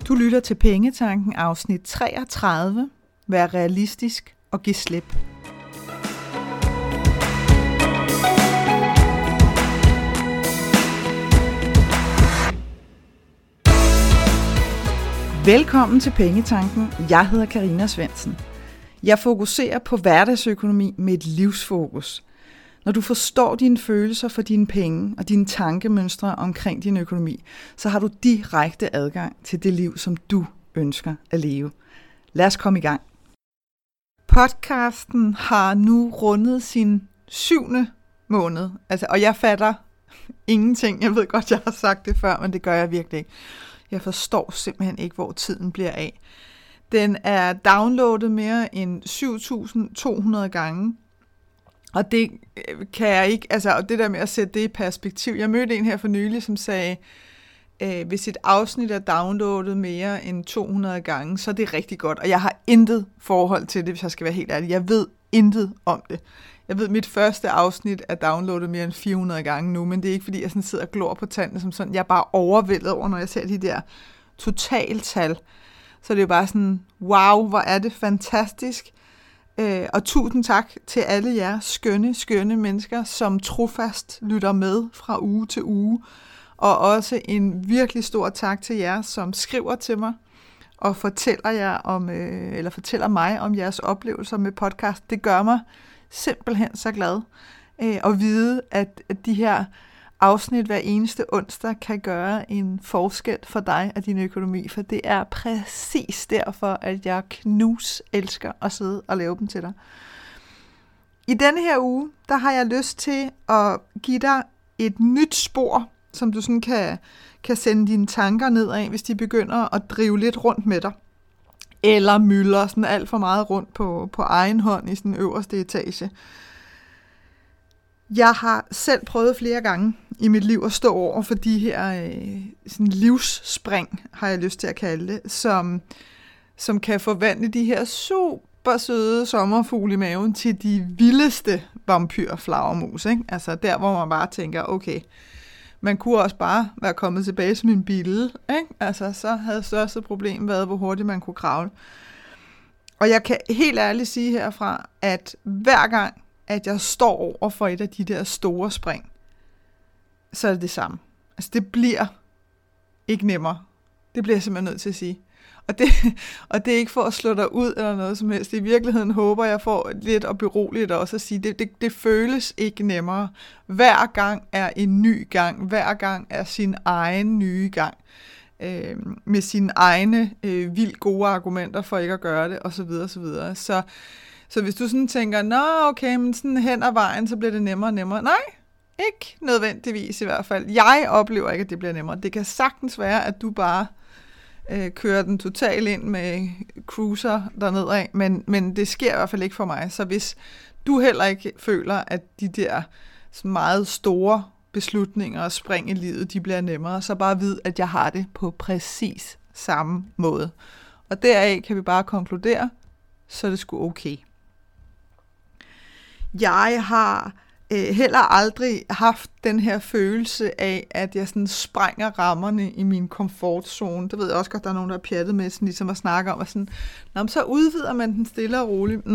Du lytter til Pengetanken afsnit 33. Vær realistisk og giv slip. Velkommen til Pengetanken. Jeg hedder Karina Svendsen. Jeg fokuserer på hverdagsøkonomi med et livsfokus. Når du forstår dine følelser for dine penge og dine tankemønstre omkring din økonomi, så har du direkte adgang til det liv, som du ønsker at leve. Lad os komme i gang. Podcasten har nu rundet sin 7. måned, og jeg fatter ingenting. Jeg ved godt, jeg har sagt det før, men det gør jeg virkelig ikke. Jeg forstår simpelthen ikke, hvor tiden bliver af. Den er downloadet mere end 7.200 gange. Og det kan jeg ikke, og det der med at sætte det i perspektiv. Jeg mødte en her for nylig, som sagde, hvis et afsnit er downloadet mere end 200 gange, så er det rigtig godt. Og jeg har intet forhold til det, hvis jeg skal være helt ærlig. Jeg ved intet om det. Jeg ved, mit første afsnit er downloadet mere end 400 gange nu, men det er ikke, fordi jeg sådan sidder og glor på tanden som sådan. Jeg er bare overvældet over, når jeg ser de der totaltal. Så det er jo bare sådan, wow, hvor er det fantastisk. Og tusind tak til alle jer skønne mennesker, som trofast lytter med fra uge til uge. Og også en virkelig stor tak til jer, som skriver til mig og fortæller mig om jeres oplevelser med podcast. Det gør mig simpelthen så glad at vide, at de her afsnit hver eneste onsdag kan gøre en forskel for dig og din økonomi, for det er præcis derfor, at jeg elsker at sidde og lave dem til dig. I denne her uge, der har jeg lyst til at give dig et nyt spor, som du sådan kan sende dine tanker ned af, hvis de begynder at drive lidt rundt med dig, eller myldre sådan alt for meget rundt på egen hånd i sådan øverste etage. Jeg har selv prøvet flere gange i mit liv at stå over for de her sådan livsspring, har jeg lyst til at kalde det, som kan forvandle de her super søde sommerfugle i maven til de vildeste vampyrflagermus, ikke? Altså der, hvor man bare tænker, okay, man kunne også bare være kommet tilbage som en bille, ikke? Altså så havde største problem været, hvor hurtigt man kunne kravle. Og jeg kan helt ærligt sige herfra, at hver gang, at jeg står over for et af de der store spring, så er det det samme. Altså det bliver ikke nemmere. Det bliver jeg simpelthen nødt til at sige. Og det er ikke for at slå dig ud eller noget som helst. I virkeligheden håber jeg får lidt at berolige dig også at sige, det føles ikke nemmere. Hver gang er en ny gang. Hver gang er sin egen nye gang. Med sine egne vildt gode argumenter for ikke at gøre det, osv. osv. Så hvis du sådan tænker, nå okay, men sådan hen ad vejen, så bliver det nemmere og nemmere. Nej, ikke nødvendigvis i hvert fald. Jeg oplever ikke, at det bliver nemmere. Det kan sagtens være, at du bare kører den totalt ind med cruiser dernede af, men det sker i hvert fald ikke for mig. Så hvis du heller ikke føler, at de der meget store beslutninger og spring i livet, de bliver nemmere, så bare vid, at jeg har det på præcis samme måde. Og deraf kan vi bare konkludere, så er det sgu okay. Jeg har heller aldrig haft den her følelse af, at jeg sådan sprænger rammerne i min komfortzone. Det ved jeg også godt, der er nogen, der er pjattet med, sådan ligesom at snakke om, og sådan, så udvider man den stille og roligt.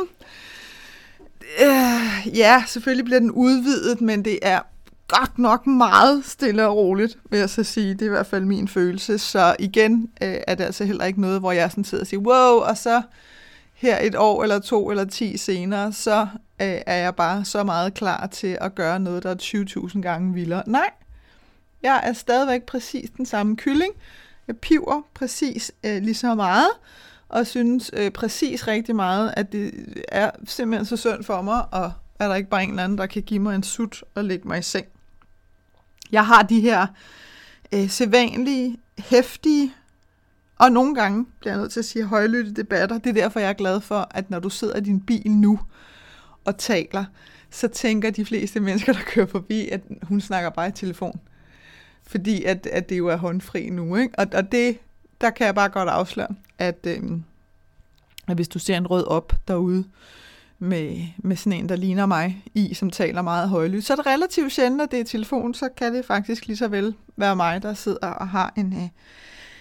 Ja, selvfølgelig bliver den udvidet, men det er godt nok meget stille og roligt, vil jeg så sige. Det er i hvert fald min følelse. Så igen er det altså heller ikke noget, hvor jeg sådan sidder og siger, wow, og så her 1 år eller 2 eller 10 senere, så er jeg bare så meget klar til at gøre noget, der er 20.000 gange vildere. Nej, jeg er stadigvæk præcis den samme kylling. Jeg piver præcis lige så meget, og synes præcis rigtig meget, at det er simpelthen så synd for mig, og er der ikke bare en eller anden, der kan give mig en sut og lægge mig i seng. Jeg har de her sædvanlige, heftige, og nogle gange bliver jeg nødt til at sige højlytte debatter. Det er derfor, jeg er glad for, at når du sidder i din bil nu og taler, så tænker de fleste mennesker, der kører forbi, at hun snakker bare i telefon. Fordi at det jo er håndfri nu, ikke? Og det, der kan jeg bare godt afsløre, at hvis du ser en rød op derude, med sådan en, der ligner mig som taler meget højlydt, så er det relativt sjældent, at det er telefon, så kan det faktisk lige så vel være mig, der sidder og har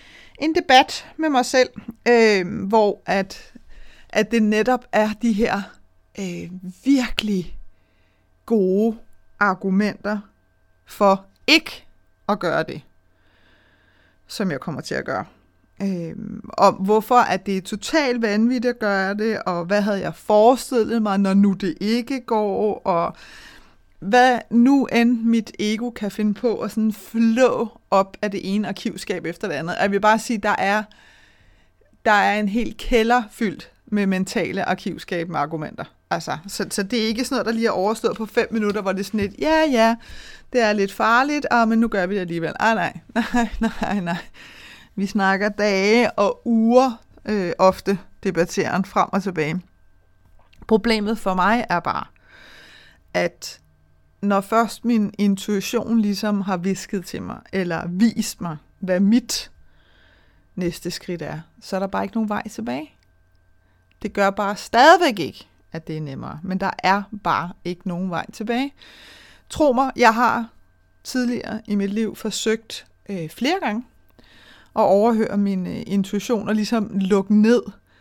en debat med mig selv, hvor at det netop er de her virkelig gode argumenter for ikke at gøre det, som jeg kommer til at gøre. Og hvorfor at det er totalt vanvittigt at gøre det, og hvad havde jeg forestillet mig, når nu det ikke går, og hvad nu end mit ego kan finde på at sådan flå op af det ene arkivskab efter det andet. Jeg vil bare sige, der er en hel kælder fyldt med mentale arkivskab med argumenter. Altså, så det er ikke sådan noget, der lige er overstået på 5 minutter, hvor det er sådan lidt, ja, det er lidt farligt, men nu gør vi det alligevel. Nej. Vi snakker dage og uger ofte debatteren frem og tilbage. Problemet for mig er bare, at når først min intuition ligesom har visket til mig, eller vist mig, hvad mit næste skridt er, så er der bare ikke nogen vej tilbage. Det gør bare stadigvæk ikke, at det er nemmere, men der er bare ikke nogen vej tilbage. Tro mig, jeg har tidligere i mit liv forsøgt flere gange at overhøre min intuition og ligesom lukke ned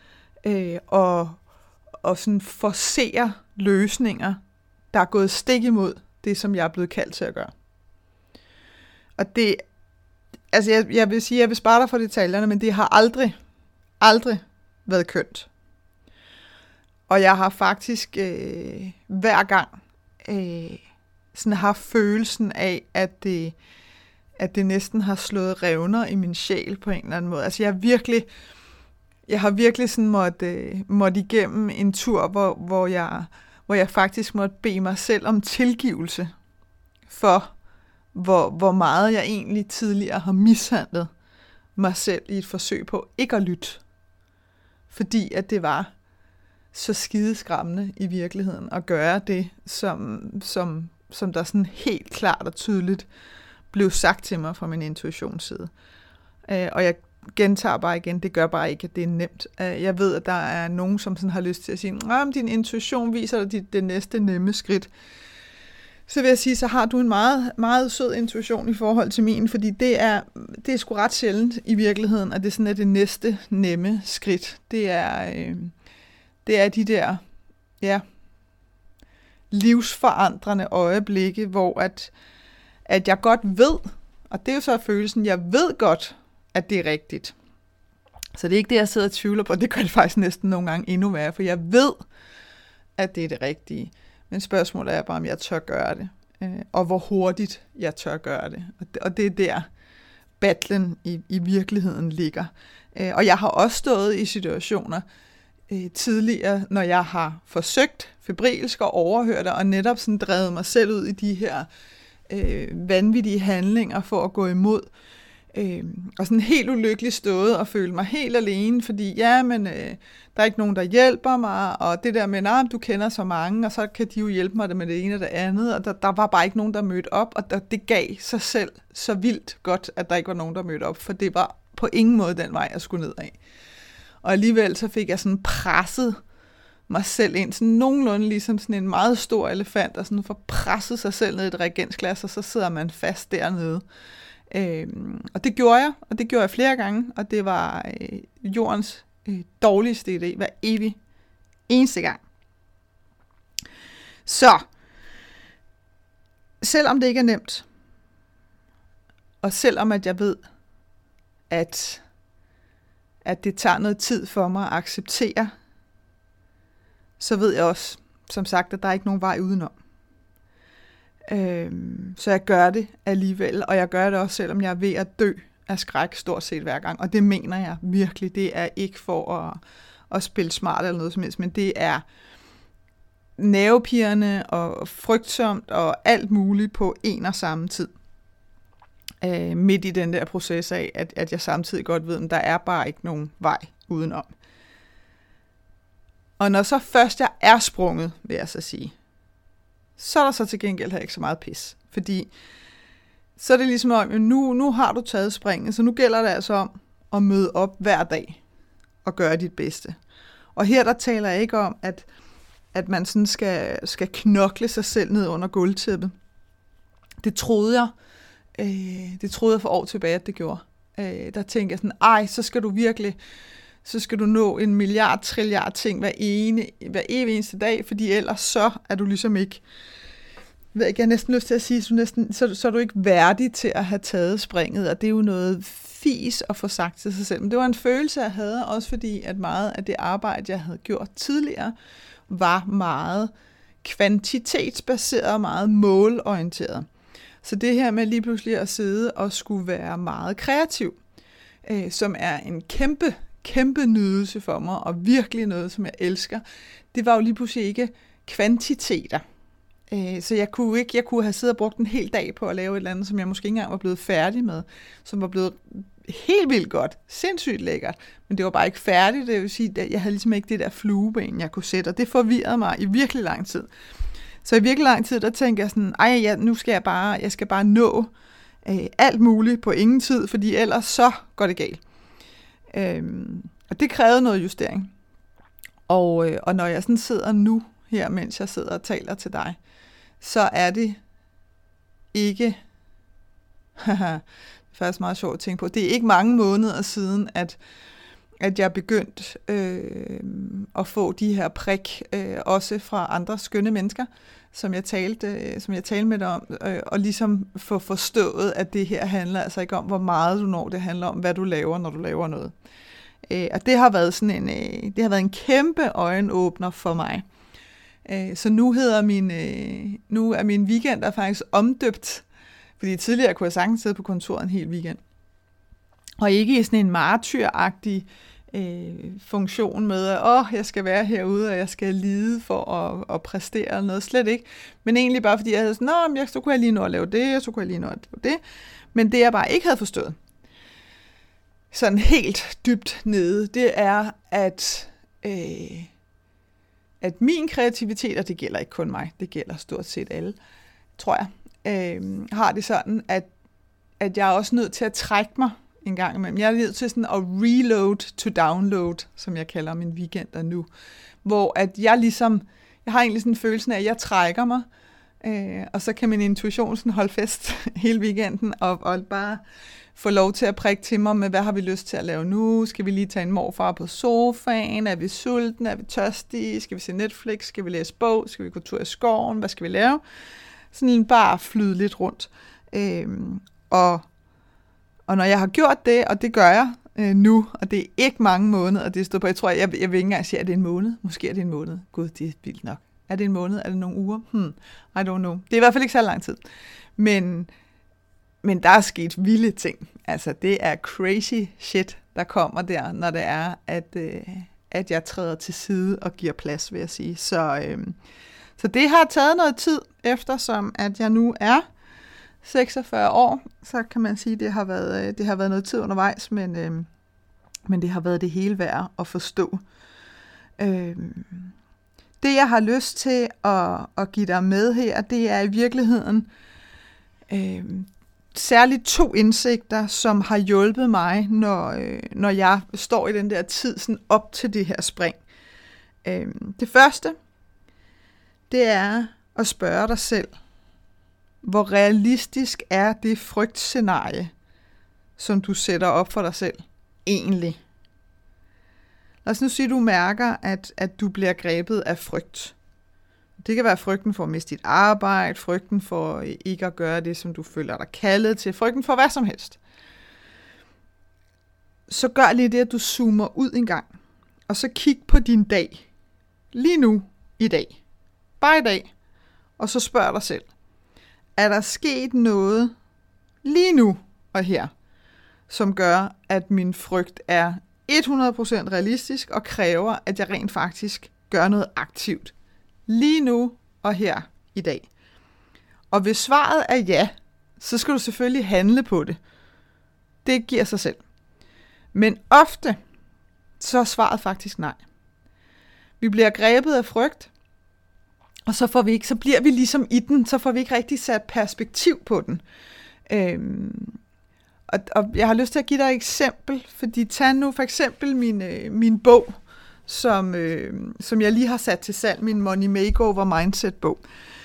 og sådan forcere løsninger, der er gået stik imod det, som jeg er blevet kaldt til at gøre. Og det, altså jeg vil sige, jeg vil spare dig for detaljerne, men det har aldrig været kønt. Og jeg har faktisk hver gang sådan haft følelsen af, at det næsten har slået revner i min sjæl på en eller anden måde. Altså jeg har virkelig sådan måtte igennem en tur, hvor jeg faktisk måtte bede mig selv om tilgivelse for, hvor meget jeg egentlig tidligere har mishandlet mig selv i et forsøg på ikke at lytte. Fordi at det var så skideskræmmende i virkeligheden at gøre det, som der sådan helt klart og tydeligt blev sagt til mig fra min intuitionsside. Og jeg gentager bare igen, det gør bare ikke, at det er nemt. Jeg ved, at der er nogen, som sådan har lyst til at sige, at din intuition viser dig det næste nemme skridt. Så vil jeg sige, så har du en meget, meget sød intuition i forhold til min, fordi det er sgu ret sjældent i virkeligheden, at det sådan er det næste nemme skridt. Det er de der, livsforandrende øjeblikke, hvor at jeg godt ved, og det er jo så følelsen, jeg ved godt, at det er rigtigt. Så det er ikke det, jeg sidder og tvivler på, det gør det faktisk næsten nogle gange endnu værre, for jeg ved, at det er det rigtige. Men spørgsmålet er bare, om jeg tør gøre det, og hvor hurtigt jeg tør gøre det. Og det er der, battlen i virkeligheden ligger. Og jeg har også stået i situationer tidligere, når jeg har forsøgt febrilsk at overhøre det, og netop sådan drevet mig selv ud i de her vanvittige handlinger for at gå imod. Og sådan helt ulykkelig stået og føle mig helt alene, fordi der er ikke nogen, der hjælper mig, og det der med, du kender så mange, og så kan de jo hjælpe mig med det ene og det andet, og der var bare ikke nogen, der mødte op, og det gav sig selv så vildt godt, at der ikke var nogen, der mødte op, for det var på ingen måde den vej, jeg skulle ned af. Og alligevel så fik jeg sådan presset mig selv ind, sådan nogenlunde ligesom sådan en meget stor elefant, og sådan får presset sig selv ned i et reagensglas, og så sidder man fast dernede. Og det gjorde jeg flere gange, og det var jordens dårligste idé hver evig eneste gang. Så, selvom det ikke er nemt, og selvom at jeg ved, at det tager noget tid for mig at acceptere, så ved jeg også, som sagt, at der er ikke nogen vej udenom. Så jeg gør det alligevel, og jeg gør det også, selvom jeg er ved at dø af skræk stort set hver gang. Og det mener jeg virkelig. Det er ikke for at spille smart eller noget som helst, men det er nervepirrende og frygtsomt og alt muligt på en og samme tid. Midt i den der proces af, at jeg samtidig godt ved, at der er bare ikke nogen vej udenom. Og når så først jeg er sprunget, vil jeg så sige, så er der så til gengæld ikke så meget pis. Fordi så er det ligesom om, nu har du taget springet, så nu gælder det altså om at møde op hver dag og gøre dit bedste. Og her der taler jeg ikke om, at man sådan skal knokle sig selv ned under gulvtæppet. Det troede jeg for år tilbage, at det gjorde. der tænker sådan, så skal du nå 1 milliard, trilliard ting hver eneste dag, fordi ellers så er du ligesom ikke, jeg har næsten lyst til at sige, så er du ikke værdig til at have taget springet, og det er jo noget fis at få sagt til sig selv. Men det var en følelse, jeg havde, også fordi, at meget af det arbejde, jeg havde gjort tidligere, var meget kvantitetsbaseret og meget målorienteret. Så det her med lige pludselig at sidde og skulle være meget kreativ, som er en kæmpe nydelse for mig, og virkelig noget, som jeg elsker, det var jo lige pludselig ikke kvantiteter. Så jeg kunne have siddet og brugt en hel dag på at lave et eller andet, som jeg måske ikke engang var blevet færdig med, som var blevet helt vildt godt, sindssygt lækkert, men det var bare ikke færdigt. Det vil sige, at jeg havde ligesom ikke det der flueben, jeg kunne sætte, og det forvirrede mig i virkelig lang tid. Så i virkelig lang tid, der tænkte jeg sådan, nu skal jeg skal bare nå alt muligt på ingen tid, fordi ellers så går det galt. Og det krævede noget justering. Og når jeg sådan sidder nu her, mens jeg sidder og taler til dig, så er det ikke, det er faktisk meget sjovt at tænke på, det er ikke mange måneder siden, at jeg begyndt at få de her prik, også fra andre skønne mennesker, som jeg talte med dig om, og ligesom få forstået, at det her handler altså ikke om, hvor meget du når, det handler om, hvad du laver, når du laver noget. Og det har været en kæmpe øjenåbner for mig. Så nu er min weekend faktisk omdøbt, fordi tidligere kunne jeg sagtens sidde på kontoret en hel weekend. Og ikke i sådan en martyragtig funktion med, at jeg skal være herude, og jeg skal lide for at præstere noget, slet ikke. Men egentlig bare fordi jeg havde sådan, så kunne jeg lige nå at lave det, og så kunne jeg lige nå at lave det. Men det jeg bare ikke havde forstået, sådan helt dybt nede, det er, at min kreativitet, og det gælder ikke kun mig, det gælder stort set alle, tror jeg, har det sådan, at jeg er også nødt til at trække mig en gang imellem. Jeg er nødt til sådan at reload to download, som jeg kalder min weekender nu, hvor at jeg har egentlig sådan en følelse af, at jeg trækker mig, og så kan min intuition sådan holde fest hele weekenden, og bare få lov til at prikke til mig med, hvad har vi lyst til at lave nu? Skal vi lige tage en morfar på sofaen? Er vi sultne? Er vi tørstige? Skal vi se Netflix? Skal vi læse bog? Skal vi gå tur i skoven? Hvad skal vi lave? Sådan bare flyde lidt rundt. Og når jeg har gjort det, og det gør jeg nu, og det er ikke mange måneder, og det står på, jeg tror, jeg vil ikke engang sige, at det er en måned. Måske er det en måned. Gud, det er vildt nok. Er det en måned? Er det nogle uger? I don't know. Det er i hvert fald ikke så lang tid. Men der er sket vilde ting. Altså, det er crazy shit, der kommer der, når det er, at jeg træder til side og giver plads, vil jeg sige. Så det har taget noget tid, eftersom at jeg nu er 46 år, så kan man sige, at det har været noget tid undervejs, men det har været det hele værd at forstå. Det, jeg har lyst til at give dig med her, det er i virkeligheden særligt 2 indsigter, som har hjulpet mig, når jeg står i den der tid sådan op til det her spring. Det første, det er at spørge dig selv, hvor realistisk er det frygtscenarie, som du sætter op for dig selv, egentlig? Lad os nu sige, at du mærker, at du bliver grebet af frygt. Det kan være frygten for at miste dit arbejde, frygten for ikke at gøre det, som du føler dig kaldet til, frygten for hvad som helst. Så gør lige det, at du zoomer ud en gang, og så kig på din dag. Lige nu, i dag. Bare i dag. Og så spørg dig selv. Er der sket noget lige nu og her, som gør, at min frygt er 100% realistisk og kræver, at jeg rent faktisk gør noget aktivt? Lige nu og her i dag. Og hvis svaret er ja, så skal du selvfølgelig handle på det. Det giver sig selv. Men ofte, så er svaret faktisk nej. Vi bliver grebet af frygt, og så bliver vi ligesom i den, så får vi ikke rigtig sat perspektiv på den. Og jeg har lyst til at give dig et eksempel, fordi tag nu for eksempel min bog, som jeg lige har sat til salg, min Money Makeover Mindset-bog.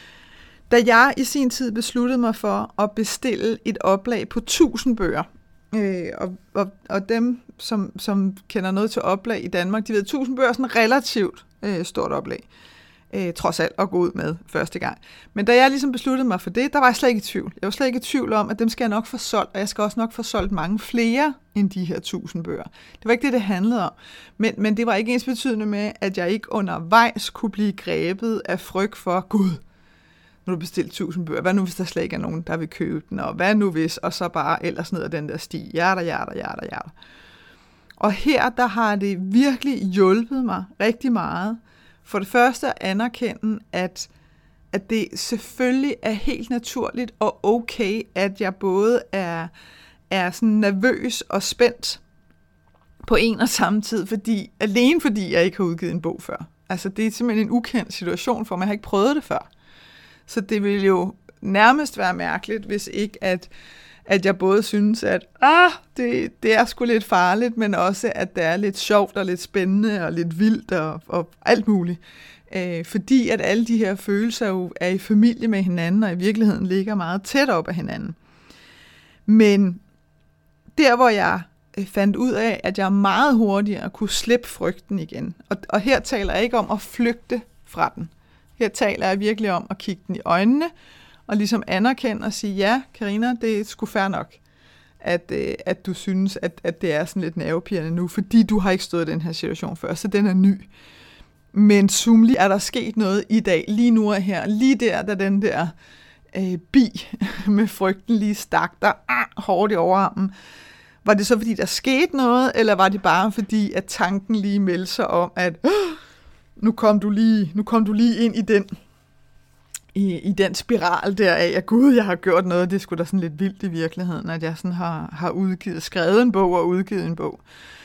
Da jeg i sin tid besluttede mig for at bestille et oplag på 1000 bøger, Og dem, som kender noget til oplag i Danmark, de ved, 1000 bøger er sådan relativt stort oplag. Trods alt at gå ud med første gang. Men da jeg ligesom besluttede mig for det, der var jeg slet ikke i tvivl. Jeg var slet ikke i tvivl om, at dem skal jeg nok få solgt, og jeg skal også nok få solgt mange flere end de her 1000 bøger. Det var ikke det handlede om. Men det var ikke ensbetydende med, at jeg ikke undervejs kunne blive grebet af frygt for, Gud, nu har du bestilt 1000 bøger, hvad nu hvis der slet ikke er nogen, der vil købe den, og hvad nu hvis, og så bare ellers ned ad den der sti, hjerter. Og her, der har det virkelig hjulpet mig rigtig meget. For det første at anerkende, at det selvfølgelig er helt naturligt og okay, at jeg både er sådan nervøs og spændt på en og samme tid, fordi jeg ikke har udgivet en bog før. Altså det er simpelthen en ukendt situation for mig, jeg har ikke prøvet det før. Så det vil jo nærmest være mærkeligt, hvis ikke at jeg både synes, at det er sgu lidt farligt, men også, at det er lidt sjovt og lidt spændende og lidt vildt og alt muligt. Fordi at alle de her følelser jo er i familie med hinanden, og i virkeligheden ligger meget tæt op af hinanden. Men der, hvor jeg fandt ud af, at jeg meget hurtigere kunne slippe frygten igen, og her taler jeg ikke om at flygte fra den. Her taler jeg virkelig om at kigge den i øjnene, og ligesom anerkende og sige, ja, Karina, det er sgu fair nok, at du synes, at det er sådan lidt nervepirrende nu, fordi du har ikke stået i den her situation før, så den er ny. Men zoom, er der sket noget i dag, lige nu og her, lige der, da den der bi med frygten lige stak der hårdt i overarmen. Var det så, fordi der skete noget, eller var det bare fordi, at tanken lige meldte sig om, at nu kom du lige ind i den spiral der af, at Gud, jeg har gjort noget, det er sgu da sådan lidt vildt i virkeligheden, at jeg sådan har skrevet en bog og udgivet en bog.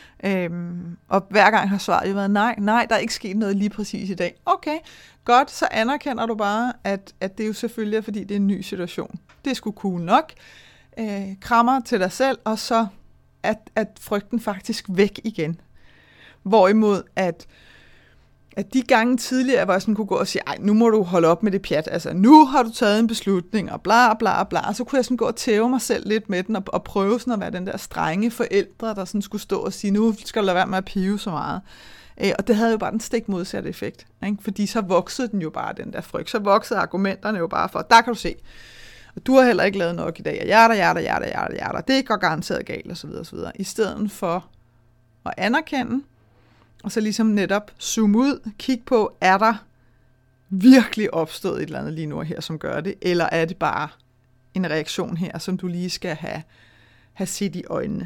Og hver gang har svaret jo været nej, der er ikke sket noget lige præcis i dag. Okay, godt, så anerkender du bare, at det jo selvfølgelig er, fordi det er en ny situation. Det er sgu cool nok. Krammer til dig selv, og så at frygten faktisk væk igen. Hvorimod at de gange tidligere, hvor jeg sådan kunne gå og sige, ej, nu må du holde op med det pjat, altså nu har du taget en beslutning, og bla bla bla, og så kunne jeg sådan gå og tæve mig selv lidt med den, og prøve sådan at være den der strenge forældre, der sådan skulle stå og sige, nu skal du lade være med at pive så meget. Og det havde jo bare den stik modsatte effekt, ikke? Fordi så voksede den jo bare, den der frygt, så voksede argumenterne jo bare for, der kan du se, og du har heller ikke lavet nok i dag, og hjerter, det går garanteret galt, og så videre, i stedet for at anerkende, og så ligesom netop zoome ud, kigge på, er der virkelig opstået et eller andet lige nu her, som gør det, eller er det bare en reaktion her, som du lige skal have set i øjnene.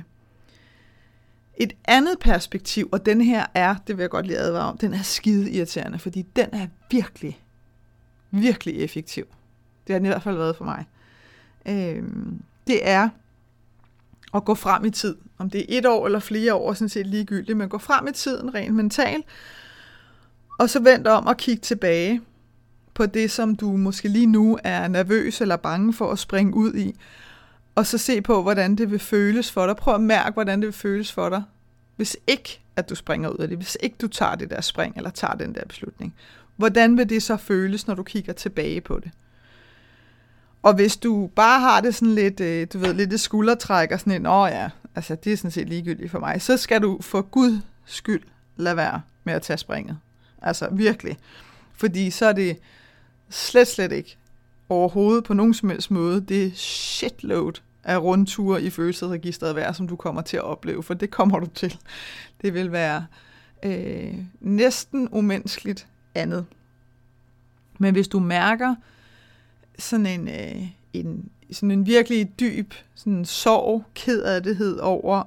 Et andet perspektiv, og den her det vil jeg godt lige advare om, den er skide irriterende, fordi den er virkelig, virkelig effektiv. Det har den i hvert fald været for mig. Det er at gå frem i tid. Om det er 1 år eller flere år, sådan set ligegyldigt, men gå frem i tiden rent mentalt, og så vent om at kigge tilbage på det, som du måske lige nu er nervøs eller bange for at springe ud i, og så se på, hvordan det vil føles for dig. Prøv at mærke, hvordan det vil føles for dig, hvis ikke, at du springer ud af det, hvis ikke du tager det der spring, eller tager den der beslutning. Hvordan vil det så føles, når du kigger tilbage på det? Og hvis du bare har det sådan lidt, lidt et skuldertræk og sådan en, altså det er sådan set ligegyldigt for mig, så skal du for Guds skyld lade være med at tage springet. Altså virkelig. Fordi så er det slet ikke overhovedet på nogen som helst måde det shitload af rundture i følelsesregistret værd, som du kommer til at opleve, for det kommer du til. Det vil være næsten umenneskeligt andet. Men hvis du mærker sådan en virkelig dyb sådan sorg, kederlighed over,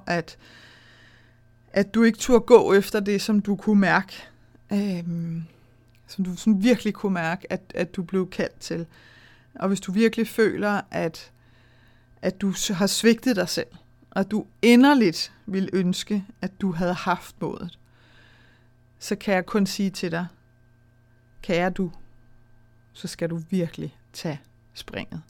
at du ikke turde gå efter det, som du kunne mærke, som du sådan virkelig kunne mærke, at du blev kaldt til. Og hvis du virkelig føler, at du har svigtet dig selv, og du inderligt ville ønske, at du havde haft modet, så kan jeg kun sige til dig, kære du, så skal du virkelig tage springet.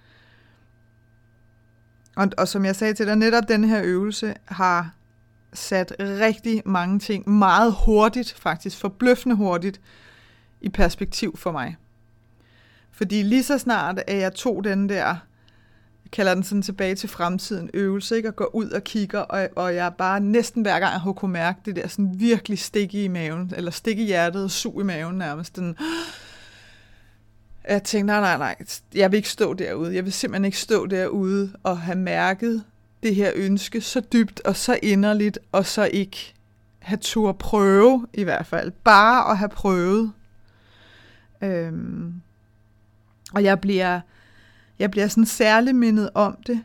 Og som jeg sagde til dig, netop den her øvelse har sat rigtig mange ting meget hurtigt, faktisk forbløffende hurtigt, i perspektiv for mig. Fordi lige så snart, at jeg tog den der kalder den sådan tilbage til fremtiden øvelse, ikke? Og går ud og kigger, og jeg bare næsten hver gang har kunne mærke det der sådan virkelig stik i maven, eller stik i hjertet og sug i maven nærmest. Jeg tænkte, nej, jeg vil ikke stå derude. Jeg vil simpelthen ikke stå derude og have mærket det her ønske så dybt og så inderligt, og så ikke have tur prøve i hvert fald. Bare at have prøvet. Og jeg bliver sådan særlig mindet om det,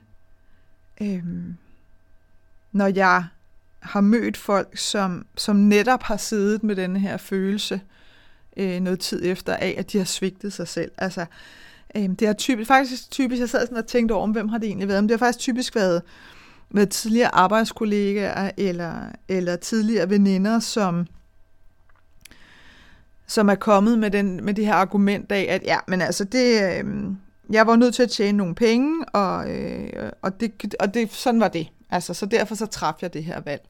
når jeg har mødt folk, som netop har siddet med denne her følelse noget tid efter af, at de har svigtet sig selv. Altså, det er faktisk typisk, jeg sad sådan og tænkte over, hvem har det egentlig været, men det har faktisk typisk været tidligere arbejdskollegaer eller tidligere veninder, som er kommet med det her argument af, at ja, men altså jeg var nødt til at tjene nogle penge, og det sådan var det. Altså, så derfor så traf jeg det her valg.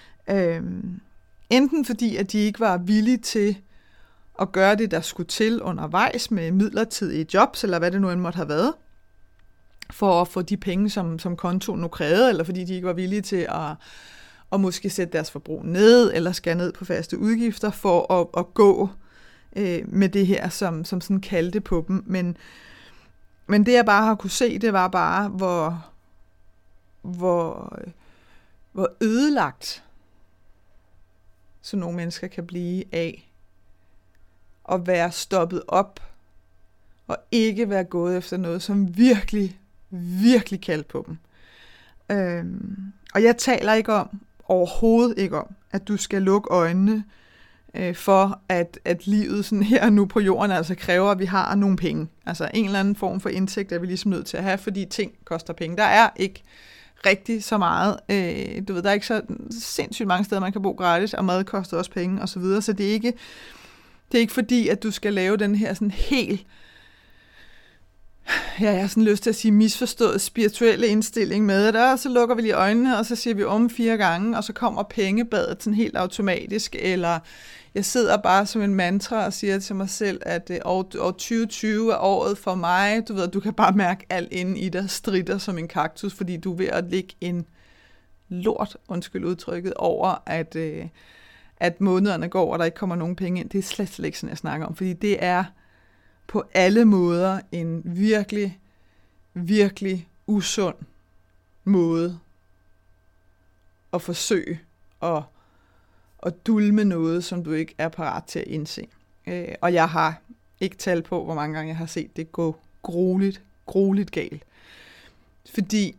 Enten fordi, at de ikke var villige til at gøre det, der skulle til undervejs med midlertidige jobs, eller hvad det nu end måtte have været, for at få de penge, som kontoen nu krævede, eller fordi de ikke var villige til at måske sætte deres forbrug ned, eller skære ned på faste udgifter, for at gå med det her, som sådan kaldte på dem. Men det, jeg bare har kunne se, det var bare, hvor ødelagt sådan nogle mennesker kan blive af at være stoppet op og ikke være gået efter noget, som virkelig, virkelig kaldte på dem. Og jeg taler ikke om, overhovedet ikke om, at du skal lukke øjnene for, at livet sådan her og nu på jorden altså kræver, at vi har nogle penge. Altså en eller anden form for indtægt er vi ligesom nødt til at have, fordi ting koster penge. Der er ikke rigtig så meget. Du ved, der er ikke så sindssygt mange steder, man kan bo gratis, og mad koster også penge og så videre, så det er ikke fordi, at du skal lave den her sådan helt, ja, jeg har sådan lyst til at sige misforstået spirituelle indstilling med det, og så lukker vi lige øjnene, og så siger vi om 4 gange, og så kommer pengebadet sådan helt automatisk, eller jeg sidder bare som en mantra og siger til mig selv, at år 2020 er året for mig. Du ved, du kan bare mærke alt inde i dig stritter som en kaktus, fordi du er ved at lægge en lort, undskyld udtrykket, over, at månederne går, og der ikke kommer nogen penge ind. Det er slet ikke sådan, jeg snakker om, fordi det er på alle måder en virkelig, virkelig usund måde at forsøge at dulme noget, som du ikke er parat til at indse. Og jeg har ikke talt på, hvor mange gange jeg har set det gå grueligt galt. Fordi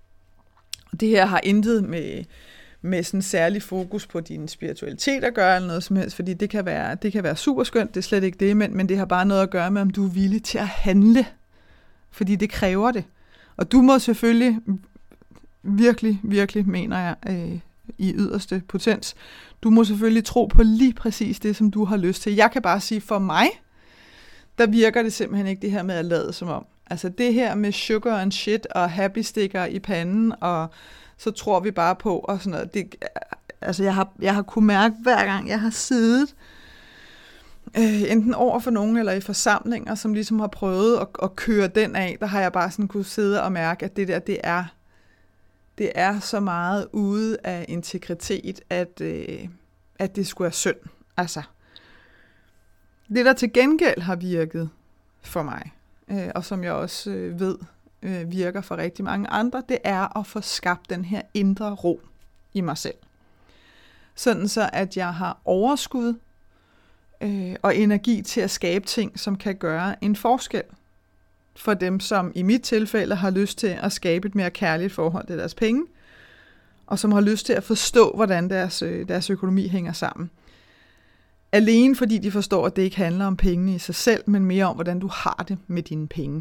det her har intet med sådan særlig fokus på din spiritualitet at gøre, eller noget som helst, fordi det kan være super skønt, det er slet ikke det, men det har bare noget at gøre med, om du er villig til at handle, fordi det kræver det. Og du må selvfølgelig virkelig, virkelig, mener jeg, i yderste potens, du må selvfølgelig tro på lige præcis det, som du har lyst til. Jeg kan bare sige, for mig, der virker det simpelthen ikke det her med at lade som om. Altså det her med sugar and shit og happy sticker i panden, og så tror vi bare på, og sådan noget. Det, altså jeg har kunne mærke, hver gang jeg har siddet, enten over for nogen eller i forsamlinger, som ligesom har prøvet at køre den af, der har jeg bare sådan kunne sidde og mærke, at det der, det er så meget ude af integritet, at det skulle være synd. Altså, det der til gengæld har virket for mig, og som jeg også ved virker for rigtig mange andre, det er at få skabt den her indre ro i mig selv. Sådan så, at jeg har overskud og energi til at skabe ting, som kan gøre en forskel for dem, som i mit tilfælde har lyst til at skabe et mere kærligt forhold til deres penge, og som har lyst til at forstå, hvordan deres økonomi hænger sammen. Alene fordi de forstår, at det ikke handler om pengene i sig selv, men mere om, hvordan du har det med dine penge.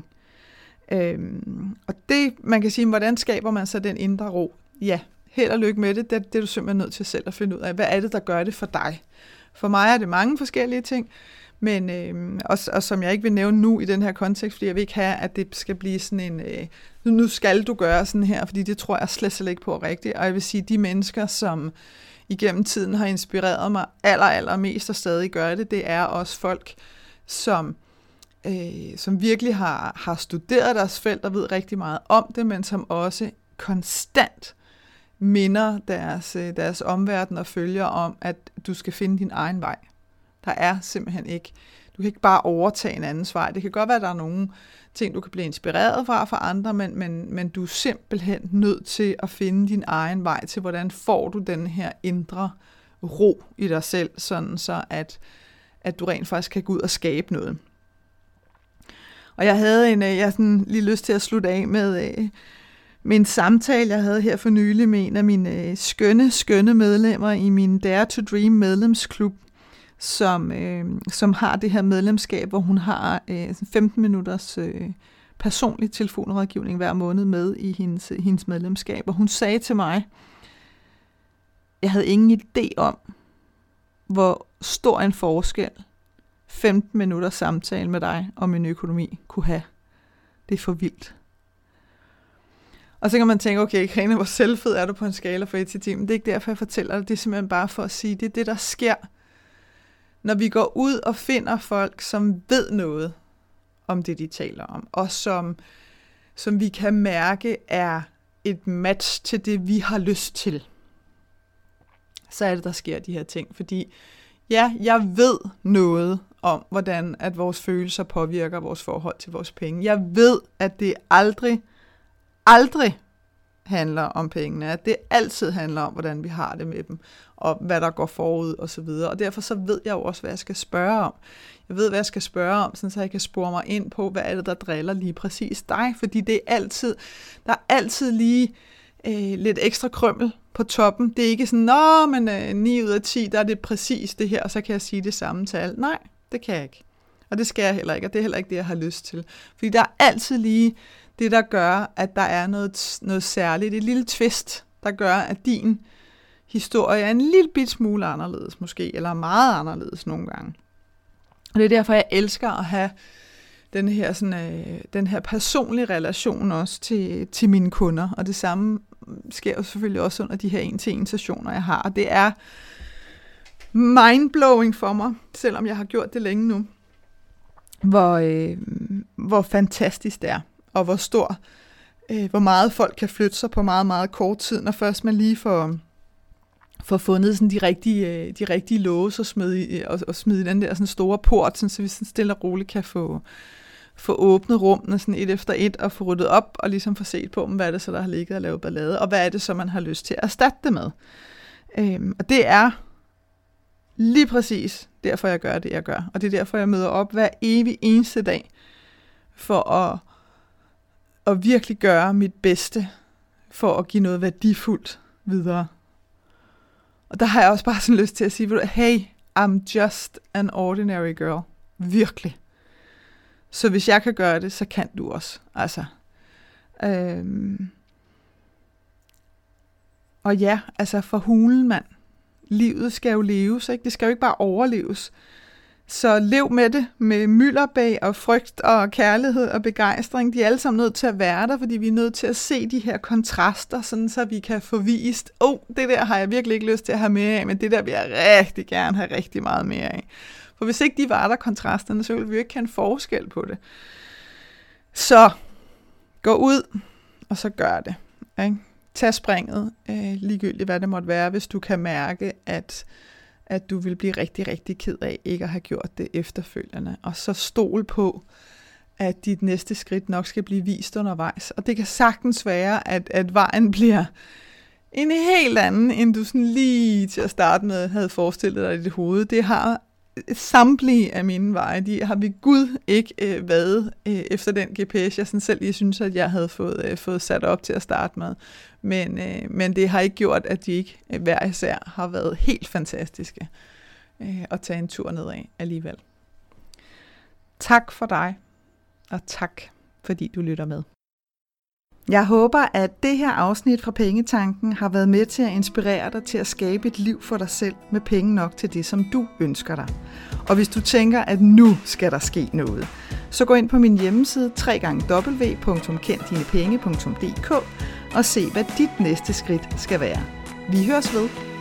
Og det, man kan sige, hvordan skaber man så den indre ro? Ja, held og lykke med det. Det er du simpelthen nødt til selv at finde ud af. Hvad er det, der gør det for dig? For mig er det mange forskellige ting, men og som jeg ikke vil nævne nu i den her kontekst, fordi jeg vil ikke have, at det skal blive sådan en, nu skal du gøre sådan her, fordi det tror jeg slet ikke på rigtigt. Og jeg vil sige, de mennesker, som igennem tiden har inspireret mig allermest og stadig gør det, det er også folk, som som virkelig har studeret deres felt og ved rigtig meget om det, men som også konstant minder deres omverden og følger om, at du skal finde din egen vej. Der er simpelthen ikke. Du kan ikke bare overtage en andens vej. Det kan godt være, at der er nogle ting, du kan blive inspireret fra andre, men du er simpelthen nødt til at finde din egen vej til, hvordan får du den her indre ro i dig selv, sådan så at du rent faktisk kan gå ud og skabe noget. Og jeg havde jeg sådan lige lyst til at slutte af med en samtale, jeg havde her for nylig med en af mine skønne medlemmer i min Dare to Dream medlemsklub, som har det her medlemskab, hvor hun har 15 minutters personlig telefonrådgivning hver måned med i hendes medlemskab. Og hun sagde til mig, jeg havde ingen idé om, hvor stor en forskel 15 minutters samtale med dig om en økonomi kunne have. Det er for vildt. Og så kan man tænke, okay, Karina, hvor selvfed er du på en skala fra 1 til 10? Men det er ikke derfor, jeg fortæller det. Det er simpelthen bare for at sige, det er det, der sker, når vi går ud og finder folk, som ved noget om det, de taler om, og som vi kan mærke er et match til det, vi har lyst til. Så er det, der sker de her ting. Fordi ja, jeg ved noget om, hvordan at vores følelser påvirker vores forhold til vores penge. Jeg ved, at det aldrig handler om pengene. At det altid handler om, hvordan vi har det med dem, og hvad der går forud, og så videre. Og derfor så ved jeg jo også, hvad jeg skal spørge om. Jeg ved, hvad jeg skal spørge om, så jeg kan spore mig ind på, hvad er det, der driller lige præcis dig. Fordi der er altid lige lidt ekstra krømmel på toppen. Det er ikke sådan, men 9 ud af 10, der er det præcis det her, og så kan jeg sige det samme til alle. Nej, det kan jeg ikke. Og det skal jeg heller ikke, og det er heller ikke det, jeg har lyst til. Fordi der er altid lige det, der gør, at der er noget særligt, et lille twist, der gør, at din historie er en lille bit smule anderledes måske, eller meget anderledes nogle gange. Og det er derfor, jeg elsker at have den her personlige relation også til mine kunder. Og det samme sker jo selvfølgelig også under de her 1-til-1 sessioner, jeg har. Og det er mindblowing for mig, selvom jeg har gjort det længe nu, hvor fantastisk det er, og hvor meget folk kan flytte sig på meget, meget kort tid, når først man lige får fundet sådan de rigtige låse og smide den der sådan store port, så vi sådan stille og roligt kan få åbnet rummene sådan et efter et, og få ryddet op, og ligesom få set på, hvad er det så, der har ligget og lavet ballade, og hvad er det så, man har lyst til at erstatte det med. Og det er lige præcis derfor, jeg gør det, jeg gør. Og det er derfor, jeg møder op hver evig eneste dag, for at virkelig gøre mit bedste, for at give noget værdifuldt videre. Og der har jeg også bare sådan lyst til at sige, hey, I'm just an ordinary girl. Virkelig. Så hvis jeg kan gøre det, så kan du også. Altså. Og ja, altså for hulen, mand. Livet skal jo leves, ikke? Det skal jo ikke bare overleves. Så lev med det, med mylderbag og frygt og kærlighed og begejstring. De er alle sammen nødt til at være der, fordi vi er nødt til at se de her kontraster, sådan så vi kan få vist, det der har jeg virkelig ikke lyst til at have mere af, men det der vil jeg rigtig gerne have rigtig meget mere af. For hvis ikke de var der, kontrasterne, så ville vi jo ikke kende forskel på det. Så gå ud, og så gør det. Ikke? Tag springet, ligegyldigt hvad det måtte være, hvis du kan mærke, at du vil blive rigtig, rigtig ked af ikke at have gjort det efterfølgende. Og så stol på, at dit næste skridt nok skal blive vist undervejs. Og det kan sagtens være, at vejen bliver en helt anden, end du sådan lige til at starte med havde forestillet dig i dit hoved. Det har samtlige af mine veje, de har ved Gud ikke været efter den GPS, jeg sådan selv lige synes, at jeg havde fået sat op til at starte med. Men det har ikke gjort, at de ikke hver især har været helt fantastiske at tage en tur nedad alligevel. Tak for dig, og tak fordi du lytter med. Jeg håber, at det her afsnit fra Pengetanken har været med til at inspirere dig til at skabe et liv for dig selv med penge nok til det, som du ønsker dig. Og hvis du tænker, at nu skal der ske noget, så gå ind på min hjemmeside www.kenddinepenge.dk og se, hvad dit næste skridt skal være. Vi høres ved.